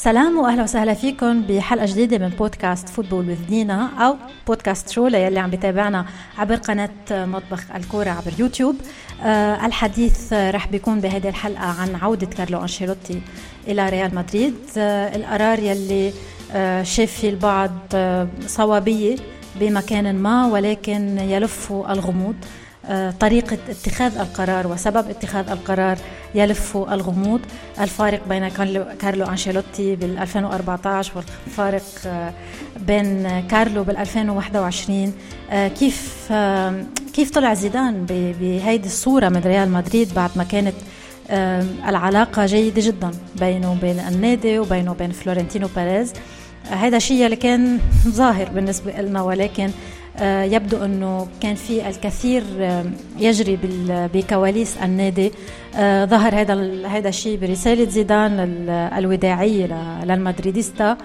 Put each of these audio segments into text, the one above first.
سلام واهلا وسهلا فيكم بحلقه جديده من بودكاست فوتبول وذ دينا او بودكاست شو للي عم بتابعنا عبر قناه مطبخ الكوره عبر يوتيوب. الحديث رح بيكون بهذه الحلقه عن عوده كارلو أنشيلوتي الى ريال مدريد. القرار يلي شاف فيه البعض صوابيه بمكان ما، ولكن يلف الغموض. طريقة اتخاذ القرار وسبب اتخاذ القرار يلف الغموض. الفارق بين كارلو أنشيلوتي بال2014 والفارق بين كارلو بال2021. كيف طلع زيدان بهيدي الصورة من ريال مدريد بعد ما كانت العلاقة جيدة جدا بينه وبين النادي وبينه وبين فلورنتينو بيريز. هذا شيء اللي كان ظاهر بالنسبة لنا، ولكن يبدو أنه كان في الكثير يجري بكواليس النادي. ظهر هذا الشيء برسالة زيدان الوداعية للمدريديستا،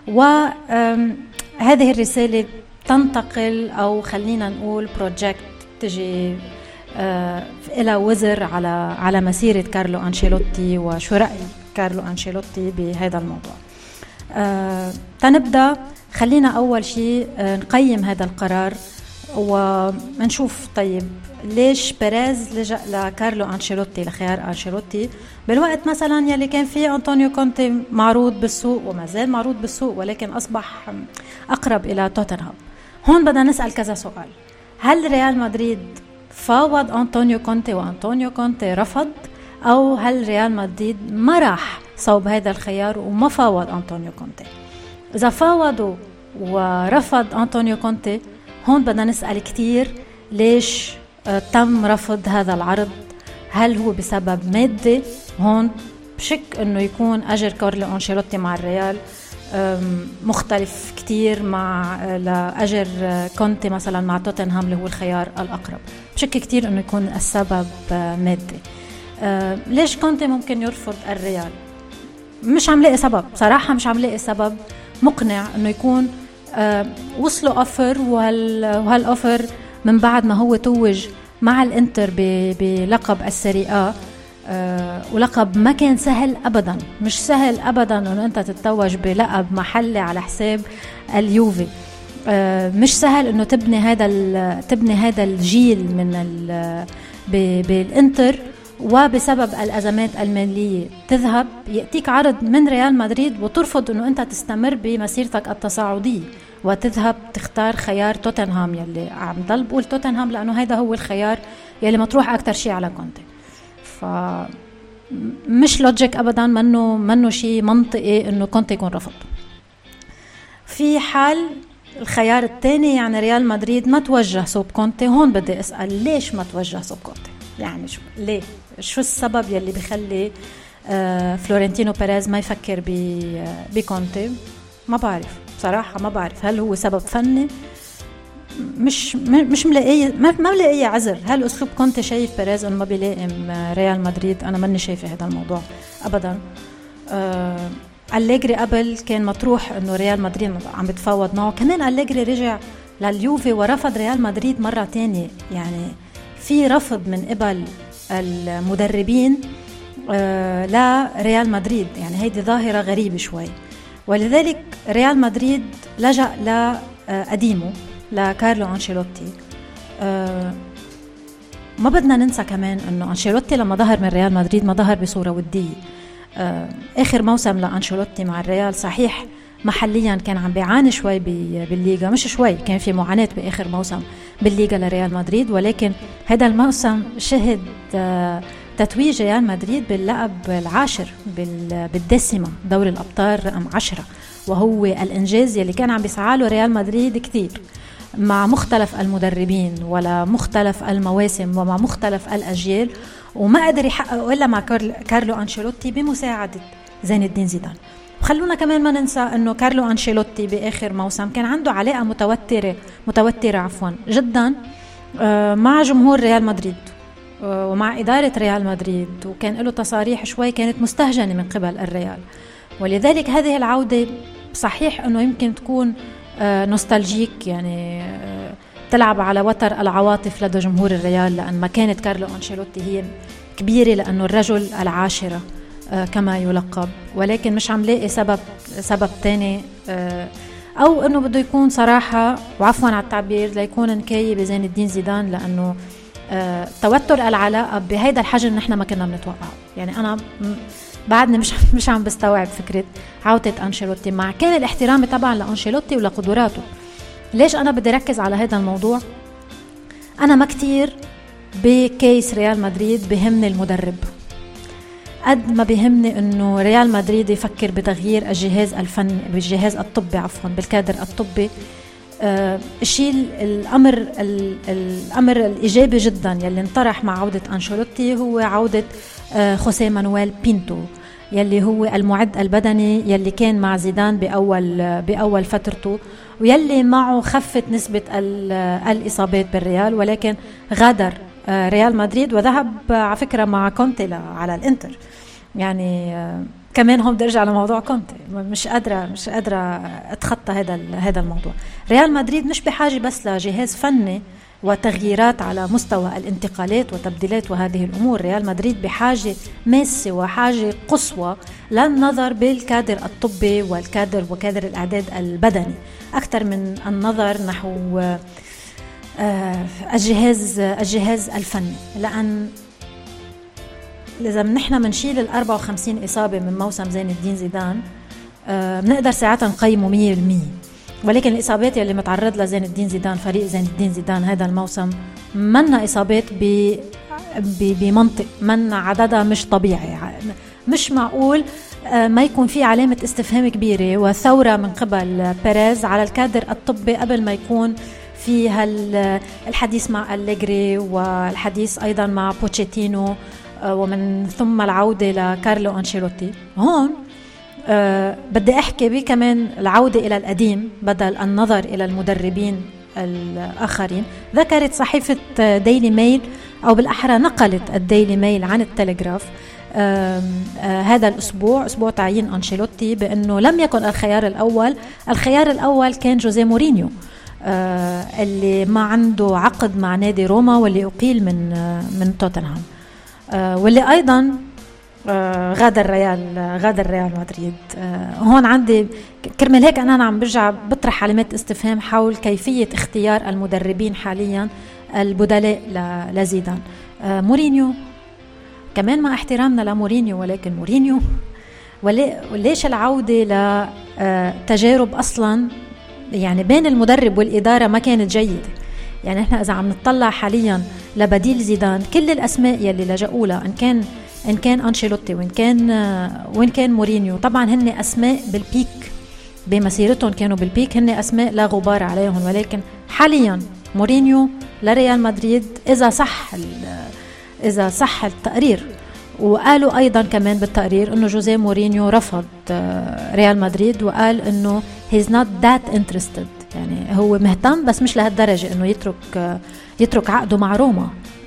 وهذه الرسالة تنتقل أو خلينا نقول بروجكت تجي إلى وزر على مسيرة كارلو أنشيلوتي وشو رأي كارلو أنشيلوتي بهذا الموضوع. تنبدأ، خلينا أول شيء نقيم هذا القرار ونشوف طيب ليش بيريز لجأ لكارلو أنشيلوتي، لخيار أنشيلوتي بالوقت مثلا يلي كان فيه أنطونيو كونتي معروض بالسوق وما زال معروض بالسوق، ولكن أصبح أقرب إلى توتنهام. هون بدنا نسأل كذا سؤال: هل ريال مدريد فاوض أنطونيو كونتي وأنطونيو كونتي رفض، أو هل ريال مدريد ما راح صوب هذا الخيار وما فاوض أنطونيو كونتي؟ إذا فاوضوا ورفض أنطونيو كونتي، هون بدنا نسأل كتير ليش تم رفض هذا العرض. هل هو بسبب مادي؟ هون بشك أنه يكون أجر كارلو أنشيلوتي مع الريال مختلف كتير مع لأجر كونتي مثلا مع توتنهام اللي هو الخيار الأقرب. بشك كتير أنه يكون السبب مادي. ليش كونتي ممكن يرفض الريال؟ مش عم لاقي سبب صراحة، مش عم لاقي سبب مقنع انه يكون وصلوا اوفر، وهالأوفر من بعد ما هو توج مع الانتر بلقب السيريا، ولقب ما كان سهل ابدا. مش سهل ابدا انه انت تتوج بلقب محلي على حساب اليوفي. مش سهل انه تبني هذا الجيل من بالانتر، وبسبب الأزمات المالية تذهب يأتيك عرض من ريال مدريد وترفض أنه أنت تستمر بمسيرتك التصاعدية وتذهب تختار خيار توتنهام. يلي عم ضل بقول توتنهام لأنه هذا هو الخيار يلي مطروح أكتر شيء على كونتي. فمش لوجيك أبدا، منه شيء منطقي أنه كونتي يكون رفض. في حال الخيار الثاني، يعني ريال مدريد ما توجه صوب كونتي، هون بدي أسأل ليش ما توجه صوب كونتي؟ يعني ليه؟ شو السبب يلي بيخلي فلورنتينو بيريز ما يفكر بكونتي؟ ما بعرف بصراحة، ما بعرف. هل هو سبب فني؟ مش ملاقيه، ما ملاقيه عذر. هل أسلوب كونتي شايف بيريز إنه ما بيلائم ريال مدريد؟ أنا ماني شايفة هذا الموضوع أبدا. أليجري قبل كان مطروح إنه ريال مدريد عم بتفاوض معه، كمان أليجري رجع لليوفي ورفض ريال مدريد مرة تانية. يعني في رفض من قبل المدربين لريال مدريد، يعني هيدي ظاهرة غريبة شوي. ولذلك ريال مدريد لجأ لقديمه لكارلو أنشيلوتي. ما بدنا ننسى كمان أنه أنشيلوتي لما ظهر من ريال مدريد ما ظهر بصورة ودية. آخر موسم لأنشيلوتي مع الريال صحيح محليا كان عم بيعاني شوي بالليغا، مش شوي، كان في معاناة بآخر موسم بالليغا لريال مدريد، ولكن هذا الموسم شهد تتويج ريال مدريد باللقب العاشر بالدسمة، دوري الأبطال رقم 10، وهو الإنجاز يلي كان عم بيسعاله ريال مدريد كتير مع مختلف المدربين ولا مختلف المواسم ومع مختلف الأجيال، وما قدر يحققه إلا مع كارلو أنشيلوتي بمساعدة زين الدين زيدان. وخلونا كمان ما ننسى أنه كارلو أنشيلوتي بآخر موسم كان عنده علاقة متوترة جدا مع جمهور ريال مدريد ومع إدارة ريال مدريد، وكان له تصاريح شوي كانت مستهجنة من قبل الريال. ولذلك هذه العودة صحيح أنه يمكن تكون نوستالجيك، يعني تلعب على وتر العواطف لدى جمهور الريال، لأن مكانة كارلو أنشيلوتي هي كبيرة، لأنه الرجل العاشرة كما يلقب، ولكن مش عم لاقي سبب تاني، أو أنه بده يكون صراحة وعفوا على التعبير ليكون نكاية بزين الدين زيدان، لأنه توتر العلاقة بهيدا الحجم نحن ما كنا بنتوقعه. يعني أنا بعدني مش عم بستوعب فكرة عودة أنشيلوتي، مع كامل الاحترام طبعا لأنشيلوتي ولقدراته. ليش أنا بدي ركز على هذا الموضوع؟ أنا ما كتير بكيس ريال مدريد بهمني المدرب قد ما بيهمني انه ريال مدريد يفكر بتغيير الجهاز الفني، بالجهاز الطبي عفوا، بالكادر الطبي. الشيء الامر الايجابي جدا يلي انطرح مع عودة أنشيلوتي هو عودة خوسيه مانويل بينتو، يلي هو المعد البدني يلي كان مع زيدان باول فترته، ويلي معه خفت نسبة الإصابات بالريال، ولكن غادر ريال مدريد وذهب على فكرة مع كونتي على الانتر. يعني كمان هم بدي ارجع لموضوع كونتي، مش قادرة اتخطى هذا الموضوع. ريال مدريد مش بحاجة بس لجهاز فني وتغييرات على مستوى الانتقالات وتبديلات وهذه الأمور، ريال مدريد بحاجة ماسة وحاجة قصوى للنظر بالكادر الطبي وكادر الإعداد البدني أكثر من النظر نحو الجهاز الفني. لأن إذا نحن منشيل 54 إصابة من موسم زين الدين زيدان بنقدر ساعتها نقيمه 100%، ولكن الإصابات اللي متعرض لها زين الدين زيدان، فريق زين الدين زيدان هذا الموسم، منا إصابات بمنطق، منا عددها مش طبيعي. مش معقول ما يكون في علامة استفهام كبيرة وثورة من قبل بيريز على الكادر الطبي قبل ما يكون في الحديث مع أليجري والحديث أيضا مع بوتشيتينو ومن ثم العودة لكارلو أنشيلوتي. هون بدي أحكي بكمان العودة إلى القديم بدل النظر إلى المدربين الآخرين. ذكرت صحيفة ديلي ميل، أو بالأحرى نقلت الديلي ميل عن التلغراف هذا الأسبوع، أسبوع تعيين أنشيلوتي، بأنه لم يكن الخيار الأول كان جوزيه مورينيو اللي ما عنده عقد مع نادي روما واللي أقيل من توتنهام، واللي أيضا غادر ريال مدريد. هون عندي كرمال هيك أنا عم برجع بطرح علامات استفهام حول كيفية اختيار المدربين حاليا البدلاء لزيدان. مورينيو كمان مع احترامنا لمورينيو، ولكن مورينيو وليش العودة لتجارب أصلا يعني بين المدرب والإدارة ما كانت جيدة. يعني احنا إذا عم نطلع حاليا لبديل زيدان، كل الأسماء يلي لجأوا لها إن كان أنشيلوتي وإن كان مورينيو، طبعا هن أسماء بالبيك بمسيرتهم، كانوا بالبيك، هن أسماء لا غبار عليهم. ولكن حاليا مورينيو لريال مدريد إذا صح التقرير، وقالوا أيضا كمان بالتقرير أنه جوزيه مورينيو رفض ريال مدريد وقال أنه he's not that interested، يعني هو مهتم بس مش لهالدرجة أنه يترك عقده مع روما.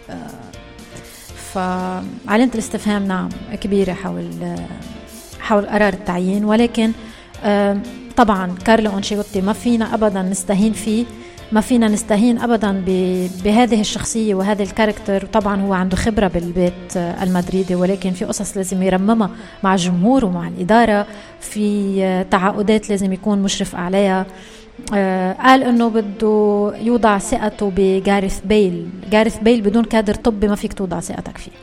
فعلامة الاستفهام نعم كبيرة حول قرار التعيين. ولكن طبعا كارلو أنشيلوتي ما فينا أبدا نستهين فيه، ما فينا نستهين أبدا بهذه الشخصية وهذا الكاركتر. طبعا هو عنده خبرة بالبيت المدريدي، ولكن في قصص لازم يرممها مع الجمهور ومع الإدارة، في تعاقدات لازم يكون مشرف عليها. قال انه بده يوضع ثقته بجاريث بيل بدون كادر طبي ما فيك توضع ثقتك فيه.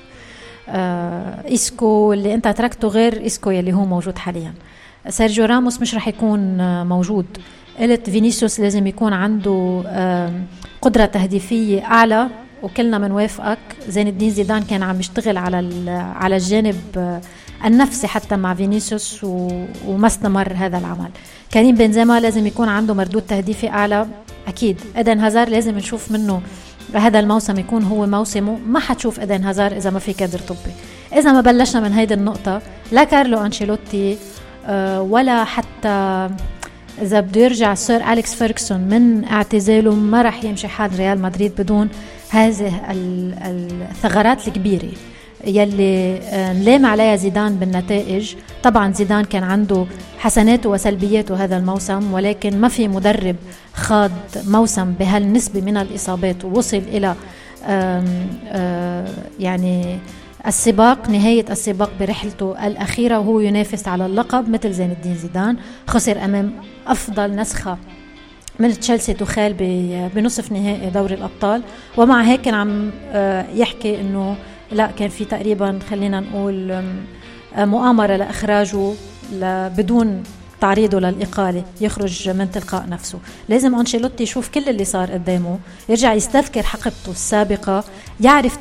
إسكو اللي انت تركته غير إسكو يلي هو موجود حاليا. سيرجيو راموس مش رح يكون موجود. قلت فينيسيوس لازم يكون عنده قدرة تهديفية أعلى، وكلنا منوافقك. زين الدين زيدان كان عم يشتغل على الجانب النفسي حتى مع فينيسيوس وما استمر هذا العمل. كريم بنزيما لازم يكون عنده مردود تهديفي أعلى أكيد. إيدن هازار لازم نشوف منه هذا الموسم يكون هو موسمه. ما حتشوف إيدن هازار إذا ما في كادر طبي. إذا ما بلشنا من هيدا النقطة، لا كارلو أنشيلوتي ولا حتى إذا بده يرجع سير أليكس فيرغسون من اعتزاله ما رح يمشي حال ريال مدريد بدون هذه الثغرات الكبيرة يلي نلام عليها زيدان بالنتائج. طبعا زيدان كان عنده حسناته وسلبياته هذا الموسم، ولكن ما في مدرب خاض موسم بهالنسبة من الإصابات ووصل إلى يعني السباق، نهاية السباق برحلته الأخيرة وهو ينافس على اللقب مثل زين الدين زيدان. خسر أمام أفضل نسخة من تشيلسي توخيل بنصف نهائي دوري الأبطال، ومع هيك كان عم يحكي إنه لا، كان في تقريبا خلينا نقول مؤامرة لإخراجه بدون تعريضه للإقالة، يخرج من تلقاء نفسه. لازم أنشيلوتي يشوف كل اللي صار قدامه، يرجع يستذكر حقبته السابقة، يعرف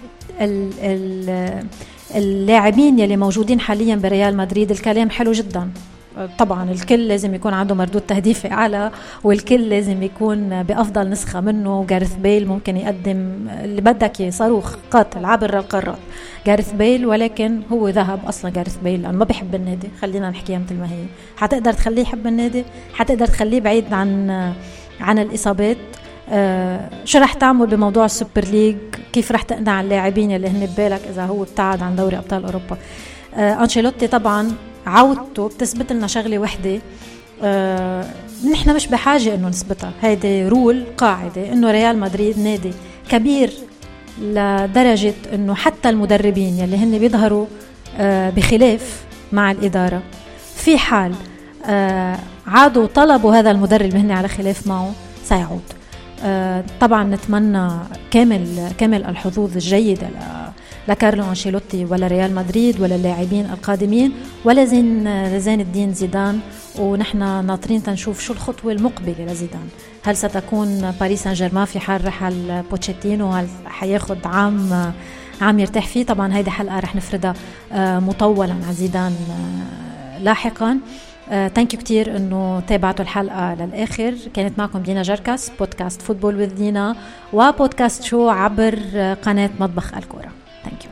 اللاعبين يلي موجودين حاليا بريال مدريد. الكلام حلو جدا طبعا، الكل لازم يكون عنده مردود تهديفي أعلى، والكل لازم يكون بأفضل نسخة منه. جاريث بيل ممكن يقدم اللي بدك صاروخ قاتل عبر القارات جاريث بيل، ولكن هو ذهب أصلا جاريث بيل لأنه ما بيحب النادي. خلينا نحكيها مثل ما هي. حتقدر تخليه يحب النادي؟ حتقدر تخليه بعيد عن الإصابات؟ شو رح تعمل بموضوع السوبر ليج؟ كيف رح تقنع اللاعبين اللي هن ببالك إذا هو ابتعد عن دوري أبطال أوروبا؟ أنشيلوتي طبعا عودته بتثبت لنا شغلة وحدة، نحن مش بحاجة إنه نثبتها، هيدي رول قاعدة إنه ريال مدريد نادي كبير لدرجة إنه حتى المدربين يلي هن بيظهروا بخلاف مع الإدارة، في حال عادوا طلبوا هذا المدرب هن على خلاف معه سيعود. طبعا نتمنى كامل الحظوظ الجيدة لكارلو أنشيلوتي ولا ريال مدريد ولا اللاعبين القادمين ولا زين الدين زيدان، ونحن ناطرين تنشوف شو الخطوة المقبلة لزيدان. هل ستكون باريس سان جيرمان في حال رحل بوتشيتينو؟ هل حياخد عام يرتاح فيه؟ طبعا هيدي حلقة رح نفردها مطولا عن زيدان لاحقا. ثانك يو كتير انه تابعتوا الحلقة للآخر. كانت معكم دينا جركس، بودكاست فوتبول وذ دينا، وبودكاست شو عبر قناة مطبخ الكورة. ثانك يو.